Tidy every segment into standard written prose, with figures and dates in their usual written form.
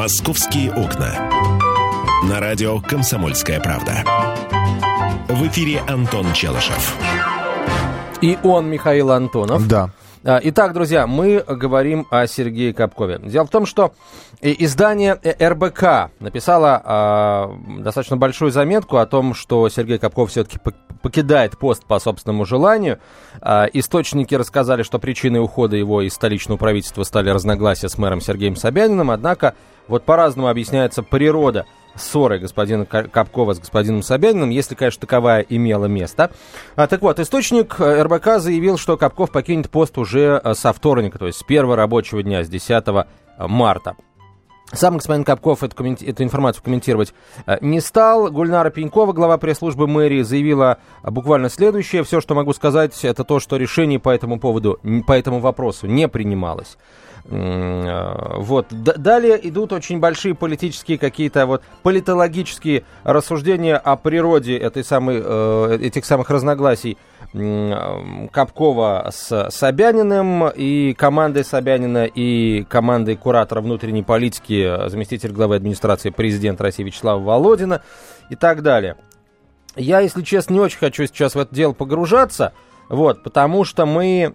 «Московские окна». На радио «Комсомольская правда». В эфире Антон Челышев. И он, Михаил Антонов. Да. Итак, друзья, мы говорим о Сергее Капкове. Дело в том, что издание РБК написало достаточно большую заметку о том, что Сергей Капков все-таки покидает пост по собственному желанию. Источники рассказали, что причиной ухода его из столичного правительства стали разногласия с мэром Сергеем Собяниным. Однако вот по-разному объясняется природа ссоры господина Капкова с господином Собяниным, если, конечно, таковая имела место. Так вот, источник РБК заявил, что Капков покинет пост уже со вторника, то есть с первого рабочего дня, с 10 марта. Сам господин Капков эту информацию комментировать не стал. Гульнара Пенькова, глава пресс-службы мэрии, заявила буквально следующее. Все, что могу сказать, это то, что решение по этому поводу, по этому вопросу не принималось. Вот. Далее идут очень большие политические какие-то вот политологические рассуждения о природе этих самых разногласий Капкова с Собяниным и командой Собянина, и командой куратора внутренней политики, заместителя главы администрации президента России Вячеслава Володина и так далее. Я, если честно, не очень хочу сейчас в это дело погружаться, вот, потому что мы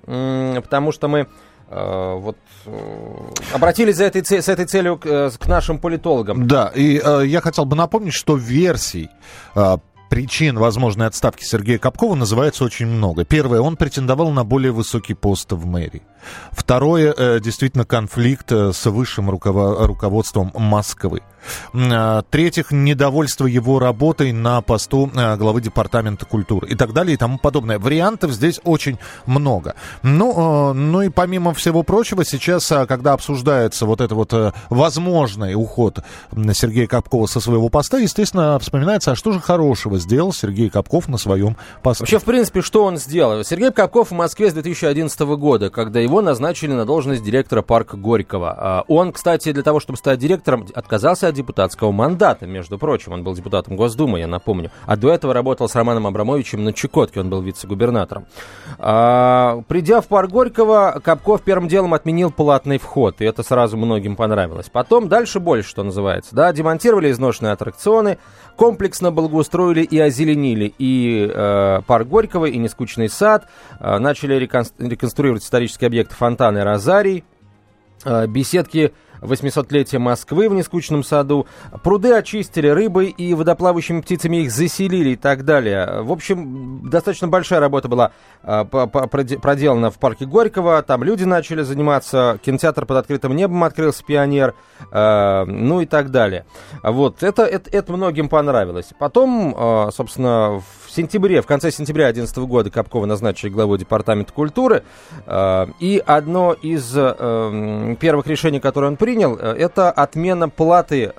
обратились с этой целью к нашим политологам. Да, и я хотел бы напомнить, что версий причин возможной отставки Сергея Капкова называется очень много. Первое, он претендовал на более высокий пост в мэрии. Второе, действительно, конфликт с высшим руководством Москвы. В-третьих, недовольство его работой на посту главы департамента культуры и так далее и тому подобное. Вариантов здесь очень много. Ну и помимо всего прочего, сейчас, когда обсуждается вот это вот возможный уход Сергея Капкова со своего поста, естественно, вспоминается, а что же хорошего сделал Сергей Капков на своем посту. Вообще, в принципе, что он сделал? Сергей Капков в Москве с 2011 года, когда его назначили на должность директора парка Горького. Он, кстати, для того, чтобы стать директором, отказался от депутатского мандата, между прочим. Он был депутатом Госдумы, я напомню. А до этого работал с Романом Абрамовичем на Чукотке, он был вице-губернатором. Придя в парк Горького, Капков первым делом отменил платный вход, и это сразу многим понравилось. Потом дальше больше, что называется. Да, демонтировали изношенные аттракционы, комплексно благоустроили и озеленили и парк Горького, и нескучный сад, начали реконструировать исторические объекты фонтаны Розарий, беседки 800-летия Москвы в нескучном саду, пруды очистили рыбой и водоплавающими птицами, их заселили и так далее. В общем, достаточно большая работа была проделана в парке Горького, там люди начали заниматься, кинотеатр под открытым небом открылся, Пионер, ну и так далее. Вот, это многим понравилось. Потом, собственно, в конце сентября 2011 года Капкова назначили главой департамента культуры, и одно из первых решений, которое он принял, это отмена платы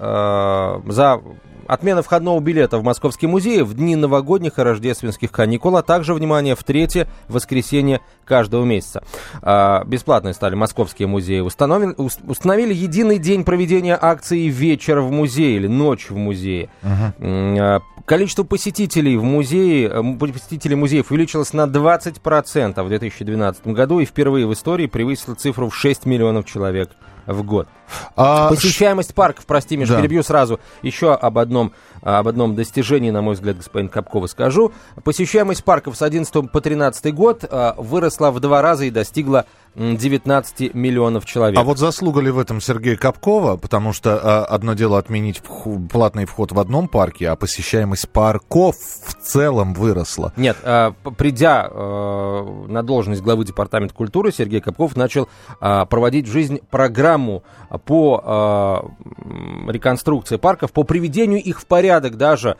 отмена входного билета в Московский музей в дни новогодних и рождественских каникул, а также, внимание, в третье воскресенье каждого месяца. Бесплатные стали московские музеи. Установили единый день проведения акции «Вечер в музее» или «Ночь в музее». Количество посетителей музеев увеличилось на 20% в 2012 году и впервые в истории превысило цифру в 6 миллионов человек в год. Посещаемость парков, прости, Миш, перебью сразу, еще об одном достижении, на мой взгляд, господин Капкова скажу. Посещаемость парков с 2011 по 2013 год выросла в 2 раза и достигла 19 миллионов человек. А вот заслуга ли в этом Сергея Капкова? Потому что одно дело отменить платный вход в одном парке, а посещаемость парков в целом выросла. Нет, придя на должность главы департамента культуры, Сергей Капков начал проводить в жизнь программу по реконструкции парков, по приведению их в порядок даже.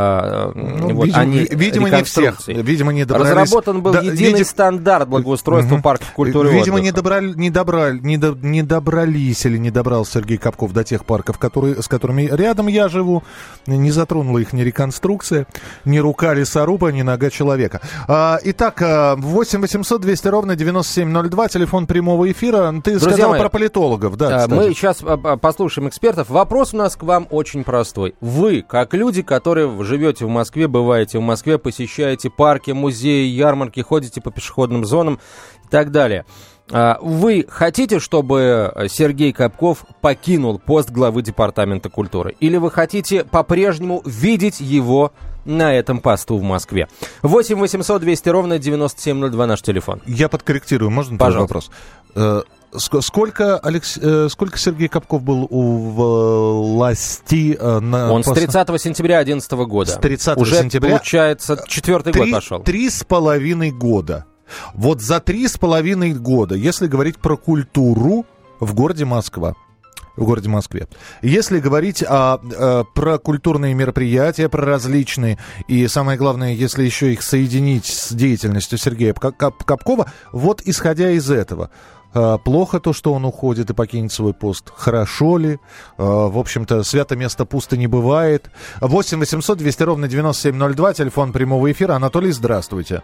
Видимо, не всех. Видимо, не добрались. Разработан был единый стандарт благоустройства парков культуры и видимо, отдыха. не добрались или не добрался Сергей Капков до тех парков, с которыми рядом я живу. Не затронула их ни реконструкция, ни рука лесоруба, ни нога человека. Итак, 8 800 200 ровно 9702, телефон прямого эфира. Ты сказал про политологов, да? Мы сейчас послушаем экспертов. Вопрос у нас к вам очень простой. Вы, как люди, которые живете в Москве, бываете в Москве, посещаете парки, музеи, ярмарки, ходите по пешеходным зонам и так далее. Вы хотите, чтобы Сергей Капков покинул пост главы Департамента культуры? Или вы хотите по-прежнему видеть его на этом посту в Москве? 8 800 200 ровно 9702 наш телефон. Я подкорректирую, можно вопрос? Сколько Сергей Капков был у власти? Он с 30 сентября 2011 года. С 30 уже, сентября? Получается, 4-й год пошел. 3,5 года. Вот за 3,5 года, если говорить про культуру в городе Москве, если говорить про культурные мероприятия, про различные, и самое главное, если еще их соединить с деятельностью Сергея Капкова, вот исходя из этого, плохо то, что он уходит и покинет свой пост? Хорошо ли? В общем-то, свято место пусто не бывает. 8 800 200 ровно 9702, телефон прямого эфира. Анатолий, здравствуйте.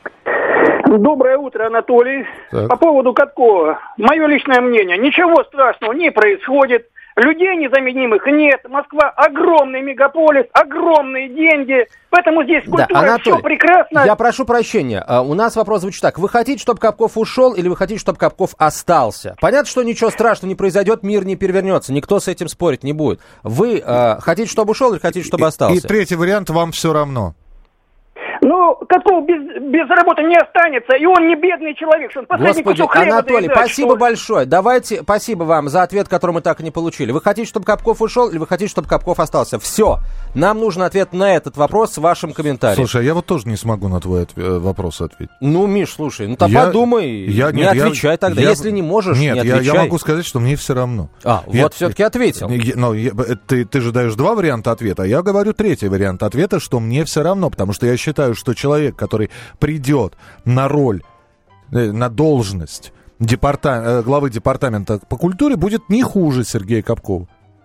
Доброе утро, Анатолий. Так. По поводу Каткова. Мое личное мнение. Ничего страшного не происходит. Людей незаменимых нет. Москва огромный мегаполис, огромные деньги. Поэтому здесь культура, все прекрасно. Я прошу прощения. У нас вопрос звучит так. Вы хотите, чтобы Капков ушел, или вы хотите, чтобы Капков остался? Понятно, что ничего страшного не произойдет, мир не перевернется. Никто с этим спорить не будет. Вы хотите, чтобы ушел, или хотите, чтобы остался? И третий вариант, вам все равно. Ну, Катков без работы не останется, и он не бедный человек, что он последний кусок хлеба Анатолий, доедает, спасибо большое. Давайте, спасибо вам за ответ, который мы так и не получили. Вы хотите, чтобы Капков ушел, или вы хотите, чтобы Капков остался? Все. Нам нужен ответ на этот вопрос с вашим комментарием. Слушай, я вот тоже не смогу на твой вопрос ответить. Ну, Миш, слушай, подумай, не отвечай тогда. Если не можешь, не отвечай. Я могу сказать, что мне все равно. Вот все-таки ответил. Ты же даешь два варианта ответа, а я говорю третий вариант ответа, что мне все равно, потому что я считаю, что человек, который придет на роль, на должность главы департамента по культуре, будет не хуже Сергея Капкова.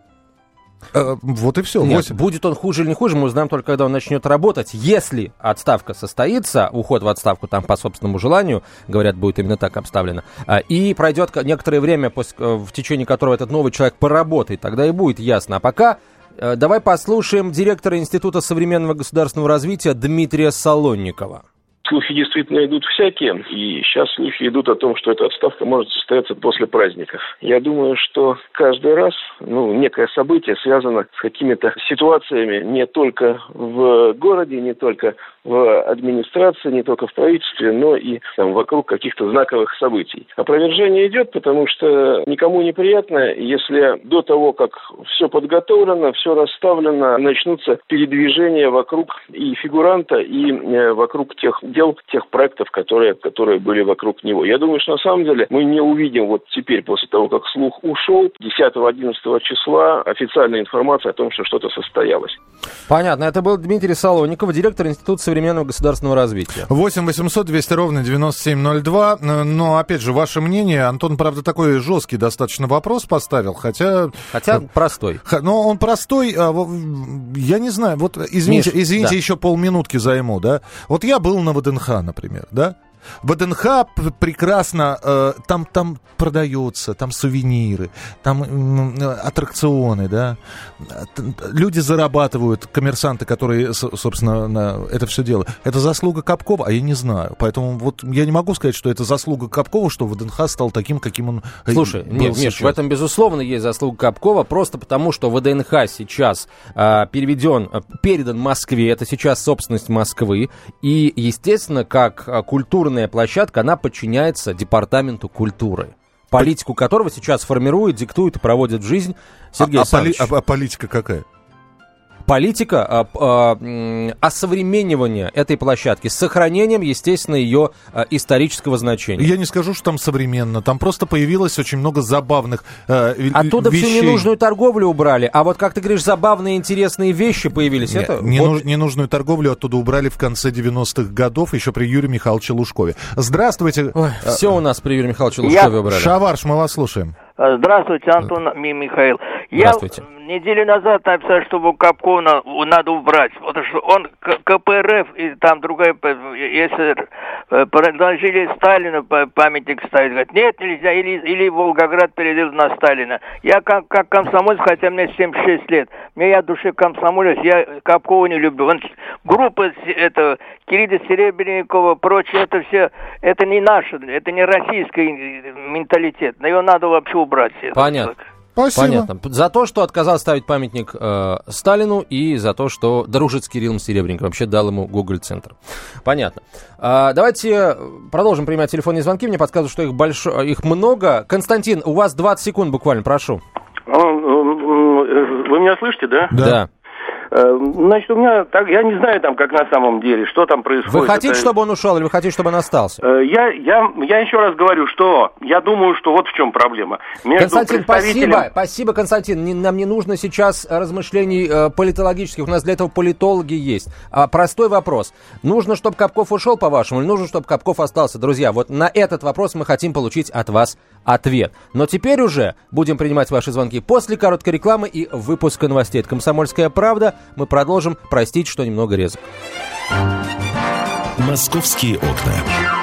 Вот и все. Нет, будет он хуже или не хуже, мы узнаем только, когда он начнет работать. Если отставка состоится, уход в отставку там по собственному желанию, говорят, будет именно так обставлено, и пройдет некоторое время, в течение которого этот новый человек поработает, тогда и будет ясно. А пока давай послушаем директора Института современного государственного развития Дмитрия Солонникова. Слухи действительно идут всякие, и сейчас слухи идут о том, что эта отставка может состояться после праздников. Я думаю, что каждый раз, некое событие связано с какими-то ситуациями не только в городе, не только в администрации, не только в правительстве, но и вокруг каких-то знаковых событий. Опровержение идет, потому что никому неприятно, если до того, как все подготовлено, все расставлено, начнутся передвижения вокруг и фигуранта, и вокруг тех дел, тех проектов, которые были вокруг него. Я думаю, что на самом деле мы не увидим вот теперь, после того, как слух ушел, 10-11 числа официальная информация о том, что что-то состоялось. Понятно. Это был Дмитрий Солонников, директор Института современного государственного развития. 8 800 200 ровно 9702. Но, опять же, ваше мнение. Антон, правда, такой жесткий достаточно вопрос поставил, хотя простой. Но он простой. Я не знаю. Вот, извините, да. Еще полминутки займу, да? Вот я был на ВДНХ, например, да? ВДНХ прекрасно, там продается, там сувениры, там аттракционы, да, люди зарабатывают, коммерсанты, которые, собственно, это все делают. Это заслуга Капкова, а я не знаю. Поэтому вот я не могу сказать, что это заслуга Капкова, что ВДНХ стал таким, каким он Слушай, был нет, сейчас. Миш, в этом, безусловно, есть заслуга Капкова, просто потому, что ВДНХ сейчас передан Москве, это сейчас собственность Москвы, и, естественно, как культурная площадка, она подчиняется Департаменту культуры, политику которого сейчас формирует, диктует и проводит в жизнь Сергей Александрович. А политика какая? Политика осовременивания этой площадки с сохранением, естественно, ее исторического значения. Я не скажу, что там современно. Там просто появилось очень много забавных Оттуда вещей. всю ненужную торговлю убрали. А вот, как ты говоришь, забавные, интересные вещи появились. Нет, ненужную торговлю оттуда убрали в конце 90-х годов, еще при Юрии Михайловиче Лужкове. Здравствуйте. Ой, все у нас при Юрии Михайловиче Лужкове убрали. Шаварш, мы вас слушаем. Здравствуйте, Антон и Михаил. Здравствуйте. Я неделю назад написал, чтобы Капкова надо убрать, потому что он КПРФ и там другая СССР предложили Сталину памятник ставить. Говорят, нет, нельзя, или Волгоград перейдет на Сталина. Я как комсомолец, хотя мне 76 лет, я в душе комсомолец, я Капкова не люблю. Группа Кирида Серебренникова, прочее, это все, это не наше, это не российский менталитет. Но его надо вообще убрать. Понятно. Спасибо. Понятно. За то, что отказал ставить памятник Сталину, и за то, что дружит с Кириллом Серебренниковым. Вообще дал ему Гоголь-центр. Понятно. Давайте продолжим принимать телефонные звонки. Мне подсказывают, что их много. Константин, у вас 20 секунд буквально, прошу. Вы меня слышите, да? Да. Значит, у меня так, я не знаю там, как на самом деле, что там происходит. Вы хотите, чтобы он ушел, или вы хотите, чтобы он остался? Я еще раз говорю, что я думаю, что вот в чем проблема. Константин, спасибо, Константин. Нам не нужно сейчас размышлений политологических, у нас для этого политологи есть. Простой вопрос. Нужно, чтобы Капков ушел, по-вашему, или нужно, чтобы Капков остался? Друзья, вот на этот вопрос мы хотим получить от вас ответ. Но теперь уже будем принимать ваши звонки после короткой рекламы и выпуска новостей. Это «Комсомольская правда». Мы продолжим. Простите, что немного резок. «Московские окна».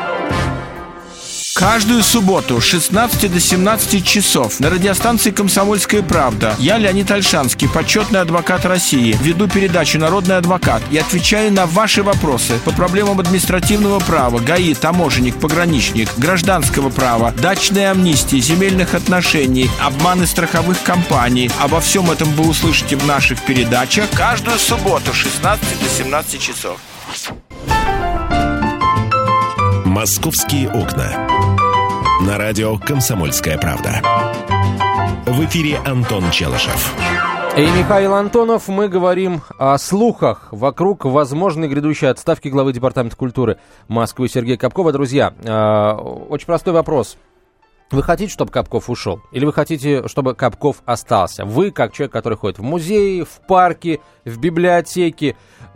Каждую субботу с 16 до 17 часов на радиостанции «Комсомольская правда» я, Леонид Ольшанский, почетный адвокат России, веду передачу «Народный адвокат» и отвечаю на ваши вопросы по проблемам административного права, ГАИ, таможенник, пограничник, гражданского права, дачной амнистии, земельных отношений, обманы страховых компаний. Обо всем этом вы услышите в наших передачах каждую субботу с 16 до 17 часов. «Московские окна». На радио «Комсомольская правда». В эфире Антон Челышев. И Михаил Антонов. Мы говорим о слухах вокруг возможной грядущей отставки главы Департамента культуры Москвы Сергея Капкова. Друзья, очень простой вопрос. Вы хотите, чтобы Капков ушел? Или вы хотите, чтобы Капков остался? Вы, как человек, который ходит в музеи, в парки, в библиотеки,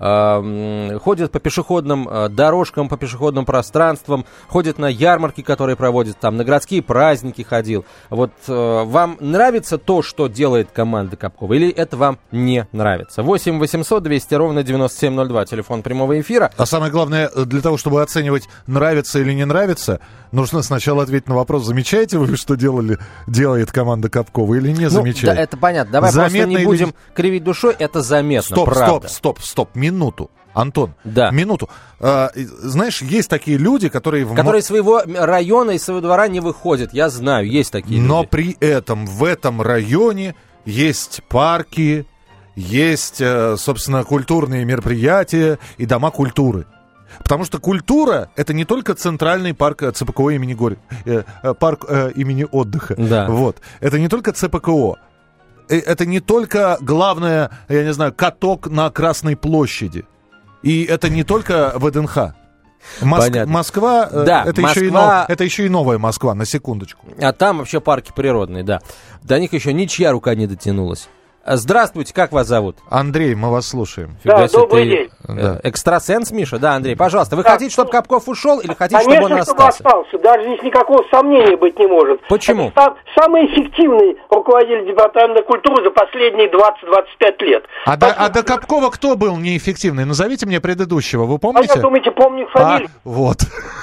ходит по пешеходным дорожкам, по пешеходным пространствам, ходит на ярмарки, которые проводят, там, на городские праздники ходил. Вот вам нравится то, что делает команда Капкова? Или это вам не нравится? 8 800 200 ровно 9702, телефон прямого эфира. А самое главное, для того, чтобы оценивать, нравится или не нравится, нужно сначала ответить на вопрос, замечаете вы, что делает команда Капкова, или не замечаете? Да, это понятно. Давай заметно просто не будем кривить душой, это заметно, правда. Стоп, минуту. Антон, да. Минуту. Знаешь, есть такие люди, которые... Которые из своего района, из своего двора не выходят. Я знаю, есть такие люди. Но при этом в этом районе есть парки, есть, собственно, культурные мероприятия и дома культуры. Потому что культура — это не только центральный парк ЦПКО имени парк имени отдыха. Да. Вот. Это не только ЦПКО. Это не только, главное, я не знаю, каток на Красной площади. И это не только ВДНХ. Москва, да, это, Москва... это еще и новая Москва, на секундочку. А там вообще парки природные, да. До них еще ничья рука не дотянулась. Здравствуйте, как вас зовут? Андрей, мы вас слушаем. Да, добрый день. Экстрасенс, Миша? Да, Андрей, пожалуйста. Вы хотите, чтобы Капков ушел или хотите, чтобы он остался? Конечно, чтобы остался. Даже здесь никакого сомнения быть не может. Почему? Это самый эффективный руководитель Департамента культуры за последние 20-25 лет. А до Капкова кто был неэффективный? Назовите мне предыдущего, вы помните? А я, думаете, помню фамилию? Вот.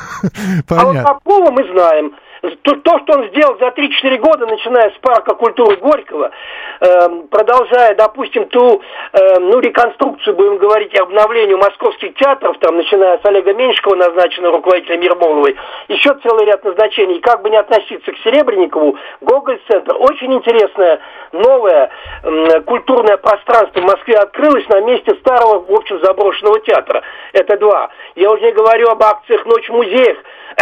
А вот Капкова мы знаем. То, что он сделал за 3-4 года, начиная с парка культуры Горького, продолжая, допустим, ту реконструкцию, будем говорить, обновлению московских театров, там, начиная с Олега Меньшикова, назначенного руководителем Ермоловой, еще целый ряд назначений. И как бы не относиться к Серебренникову, Гоголь-центр, очень интересное, новое культурное пространство в Москве открылось на месте старого, в общем, заброшенного театра. Это два. Я уже не говорю об акциях «Ночь в музеях»,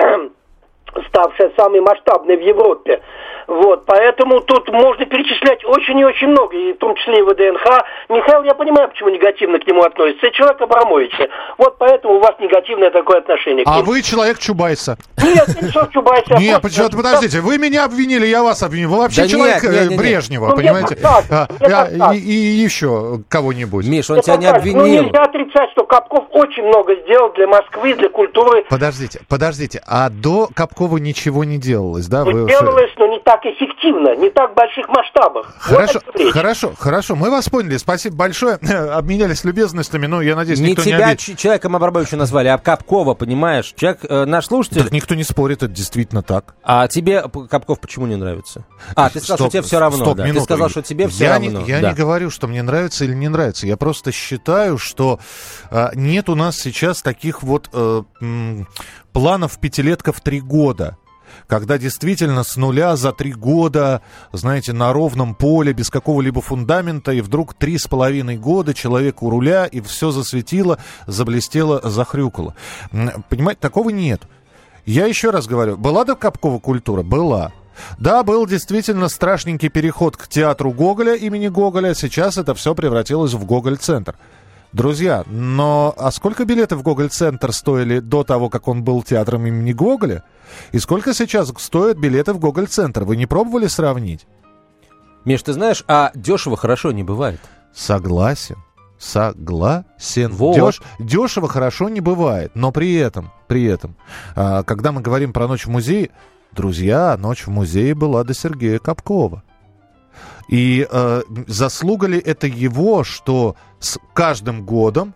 ставшая самой масштабной в Европе. Вот, поэтому тут можно перечислять очень и очень много, и в том числе и ВДНХ. Михаил, я понимаю, почему негативно к нему относится. Это человек Абрамовича. Вот поэтому у вас негативное такое отношение к нему. А вы человек Чубайса. Нет, не Чубайса. Нет, подождите, вы меня обвинили, я вас обвинил. Вы вообще человек Брежнева, понимаете? И еще кого-нибудь. Миш, он тебя не обвинил. Нельзя отрицать, что Капков очень много сделал для Москвы, для культуры. Подождите, а до Капкова Капкова ничего не делалось, да? Делалось, но не так эффективно, не так в больших масштабах. Хорошо. Мы вас поняли. Спасибо большое. Обменялись любезностями. Ну, я надеюсь, никто не обидит. Не тебя человеком Абрамовича назвали, а Капкова, понимаешь? Человек, наш слушатель... Так никто не спорит, это действительно так. А тебе Капков почему не нравится? Ты сказал, что тебе все равно. Да. Ты сказал, что тебе все равно. Я не говорю, что мне нравится или не нравится. Я просто считаю, что нет у нас сейчас таких вот планов пятилетка в 3 года. Когда действительно с нуля за 3 года, знаете, на ровном поле, без какого-либо фундамента, и вдруг 3,5 года человек у руля, и все засветило, заблестело, захрюкало. Понимаете, такого нет. Я еще раз говорю, была до Капкова культура? Была. Да, был действительно страшненький переход к театру Гоголя, имени Гоголя. Сейчас это все превратилось в Гоголь-центр. Друзья, а сколько билетов в Гоголь-центр стоили до того, как он был театром имени Гоголя? И сколько сейчас стоят билеты в Гоголь-центр? Вы не пробовали сравнить? Миш, ты знаешь, дешево хорошо не бывает. Согласен. Вот. Дешево хорошо не бывает, но при этом, когда мы говорим про «Ночь в музее», друзья, «Ночь в музее» была до Сергея Капкова. И заслуга ли это его, что с каждым годом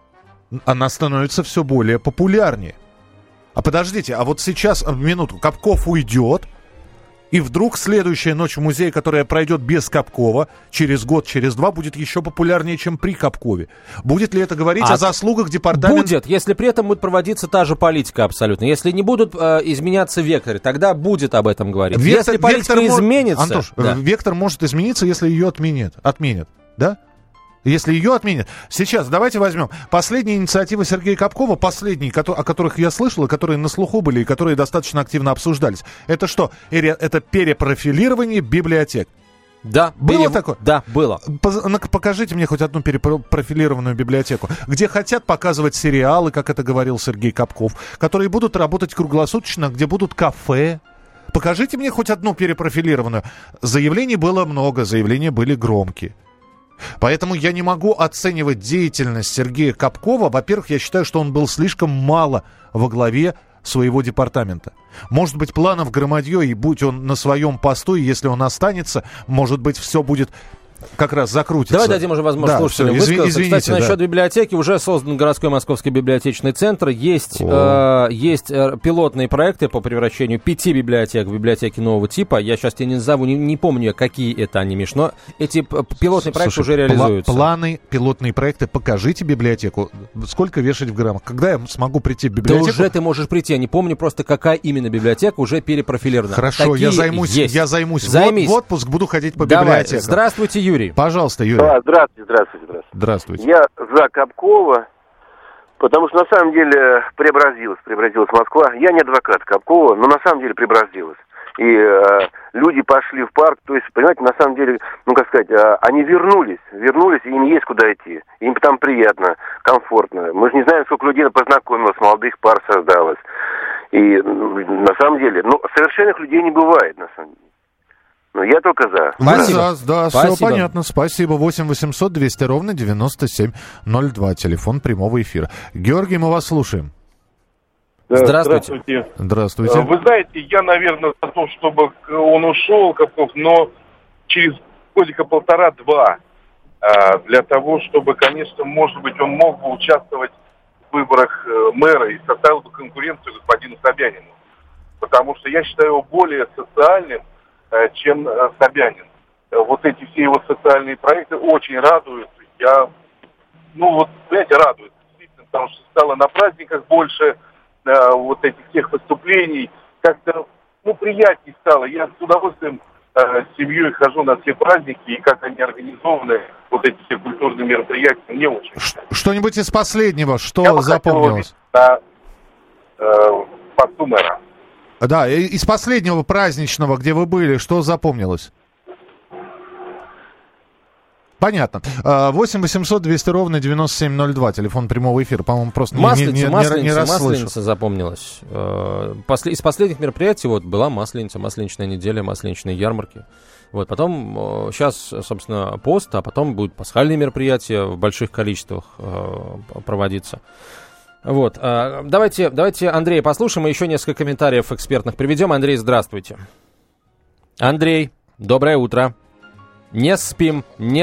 она становится все более популярнее? А подождите, а вот сейчас, минутку, Капков уйдет, и вдруг следующая «Ночь в музее», которая пройдет без Капкова, через год, через 2, будет еще популярнее, чем при Капкове. Будет ли это говорить о заслугах департамента? Будет, если при этом будет проводиться та же политика абсолютно. Если не будут изменяться векторы, тогда будет об этом говорить. Если политика изменится... Антош, вектор может измениться, если ее отменят. Да? Если ее отменят. Сейчас давайте возьмем последние инициативы Сергея Капкова, последние, о которых я слышал, и которые на слуху были, и которые достаточно активно обсуждались. Это что? Это перепрофилирование библиотек. Да. Было такое? Да, было. Покажите мне хоть одну перепрофилированную библиотеку, где хотят показывать сериалы, как это говорил Сергей Капков, которые будут работать круглосуточно, где будут кафе. Покажите мне хоть одну перепрофилированную. Заявлений было много, заявления были громкие. Поэтому я не могу оценивать деятельность Сергея Капкова. Во-первых, я считаю, что он был слишком мало во главе своего департамента. Может быть, планов громадье, и будь он на своем посту, и если он останется, может быть, все будет как раз закрутится. Давай дадим уже возможность слушателям высказаться. Извините, кстати, насчет библиотеки. Уже создан городской московский библиотечный центр. Есть пилотные проекты по превращению 5 библиотек в библиотеки нового типа. Я сейчас тебе не назову, не помню, какие это они, Миш, но эти пилотные проекты уже реализуются. Пилотные проекты. Покажите библиотеку. Сколько вешать в граммах? Когда я смогу прийти в библиотеку? Да уже ты можешь прийти. Я не помню просто, какая именно библиотека уже перепрофилирована. Хорошо, я займусь. В отпуск буду ходить по библиотекам. Здравствуйте, Юрий. Пожалуйста, Юрий. Здравствуйте. Я за Капкова, потому что на самом деле преобразилась Москва. Я не адвокат Капкова, но на самом деле преобразилась. И люди пошли в парк, то есть, понимаете, на самом деле, они вернулись, и им есть куда идти. Им там приятно, комфортно. Мы же не знаем, сколько людей познакомилось, молодых пар создалось. И на самом деле, совершенных людей не бывает, на самом деле. Я только за. Спасибо. Да, все понятно. Спасибо. 8 800 200 ровно 9702. Телефон прямого эфира. Георгий, мы вас слушаем. Здравствуйте. Здравствуйте. Вы знаете, я, наверное, за то, чтобы он ушел, Капков, но через годика 1,5-2. Для того, чтобы, конечно, может быть, он мог бы участвовать в выборах мэра и составил бы конкуренцию господину Собянину. Потому что я считаю его более социальным, чем Собянин. Вот эти все его социальные проекты очень радуют. Радует. Действительно, потому что стало на праздниках больше вот этих всех выступлений. Как-то, приятнее стало. Я с удовольствием с семьей хожу на все праздники, и как они организованы, вот эти все культурные мероприятия, мне очень нравится. Что-нибудь из последнего, что запомнилось? Посту мэра. Да, из последнего праздничного, где вы были, что запомнилось? Понятно. 8 800 200 ровно 9702. Телефон прямого эфира. По-моему, просто не расслышал. Масленица запомнилась. Из последних мероприятий была Масленица, Масленичная неделя, Масленичные ярмарки. Потом сейчас, собственно, пост, а потом будут пасхальные мероприятия в больших количествах проводиться. Вот. Давайте Андрея послушаем и еще несколько комментариев экспертных приведем. Андрей, здравствуйте. Андрей, доброе утро. Не спим.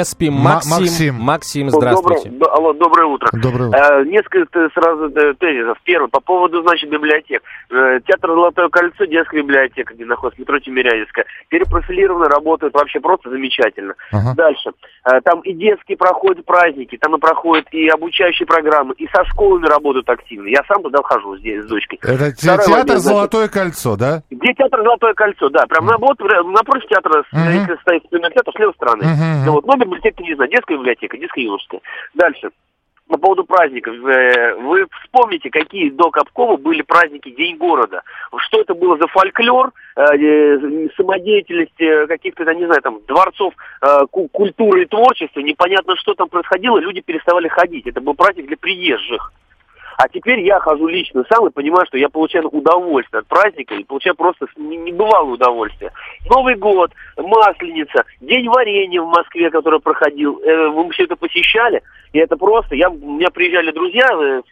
Максим, здравствуйте. Доброе утро. Доброе утро. Несколько сразу тезисов. Первый, по поводу, библиотек. Театр «Золотое кольцо», детская библиотека, где находится метро Тимирязевская, перепрофилировано, работает вообще просто замечательно. Ага. Дальше. Там и детские проходят праздники, там и проходят и обучающие программы, и со школами работают активно. Я сам туда хожу здесь с дочкой. Это театр «Золотое кольцо», да? Где театр «Золотое кольцо», да. Прям напротив театра, если стоит театр, с левой стороны. Но библиотека, не знаю, детская библиотека, детско-юношеская. Дальше. По поводу праздников. Вы вспомните, какие до Капкова были праздники День города. Что это было за фольклор, самодеятельность каких-то, дворцов культуры и творчества. Непонятно, что там происходило, люди переставали ходить. Это был праздник для приезжих. А теперь я хожу лично сам и понимаю, что я получаю удовольствие от праздника и получаю просто небывалое удовольствие. Новый год, Масленица, День варенья в Москве, который проходил. Мы все это посещали, и это просто... У меня приезжали друзья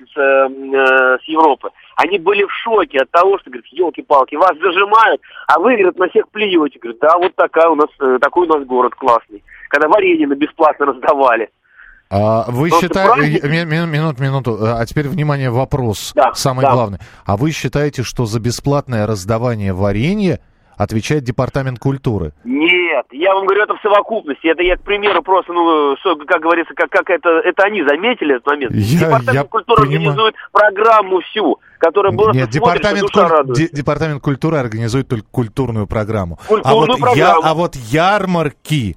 с Европы, они были в шоке от того, что, говорят, елки-палки, вас зажимают, а вы, говорят, на всех плюете. Говорят, да, вот такой у нас город классный. Когда варенье бесплатно раздавали. Вы считаете... Минуту. А теперь, внимание, вопрос. Да, самый главный. А вы считаете, что за бесплатное раздавание варенья отвечает Департамент культуры? Нет, я вам говорю, это в совокупности. Это я, к примеру, просто, как говорится, как это они заметили этот момент. Департамент культуры организует программу всю, которая была... Нет, Департамент культуры организует только культурную программу. А вот ярмарки,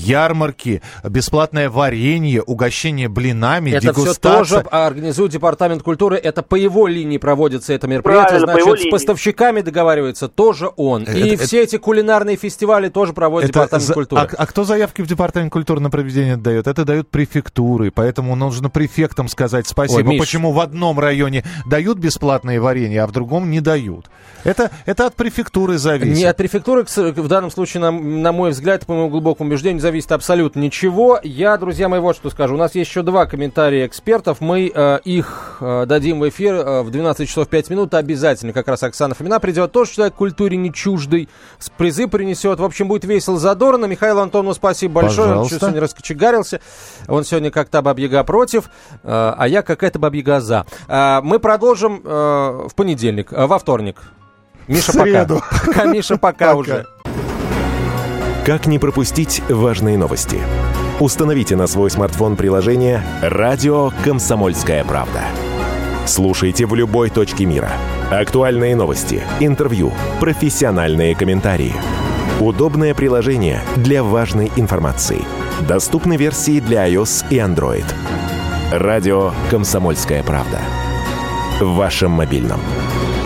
бесплатное варенье, угощение блинами, это дегустация... Это все тоже организует Департамент культуры. Это по его линии проводится это мероприятие. Значит, с поставщиками договаривается тоже он. И все эти кулинарные фестивали тоже проводит Департамент культуры. А кто заявки в Департамент культуры на проведение дает? Это дают префектуры, поэтому нужно префектам сказать спасибо. Ой, почему в одном районе дают бесплатные варенья, а в другом не дают? Это от префектуры зависит. Не от префектуры, в данном случае, на мой взгляд, по моему глубокому убеждению, зависит абсолютно ничего. Я, друзья мои, вот что скажу. У нас есть еще 2 комментария экспертов. Мы их дадим в эфир в 12 часов 5 минут. Обязательно как раз Оксана Фомина придет. Тоже человек культуре не чуждый. Призы принесет. В общем, будет весело, задорно. Михаилу Антонову спасибо большое. Пожалуйста. Он сегодня раскочегарился. Он сегодня как-то Баба-Яга против, а я какая-то Баба-Яга за. Мы продолжим в понедельник, во вторник. Миша, пока. Миша, пока уже. Как не пропустить важные новости? Установите на свой смартфон приложение «Радио Комсомольская правда». Слушайте в любой точке мира. Актуальные новости, интервью, профессиональные комментарии. Удобное приложение для важной информации. Доступны версии для iOS и Android. «Радио Комсомольская правда». В вашем мобильном.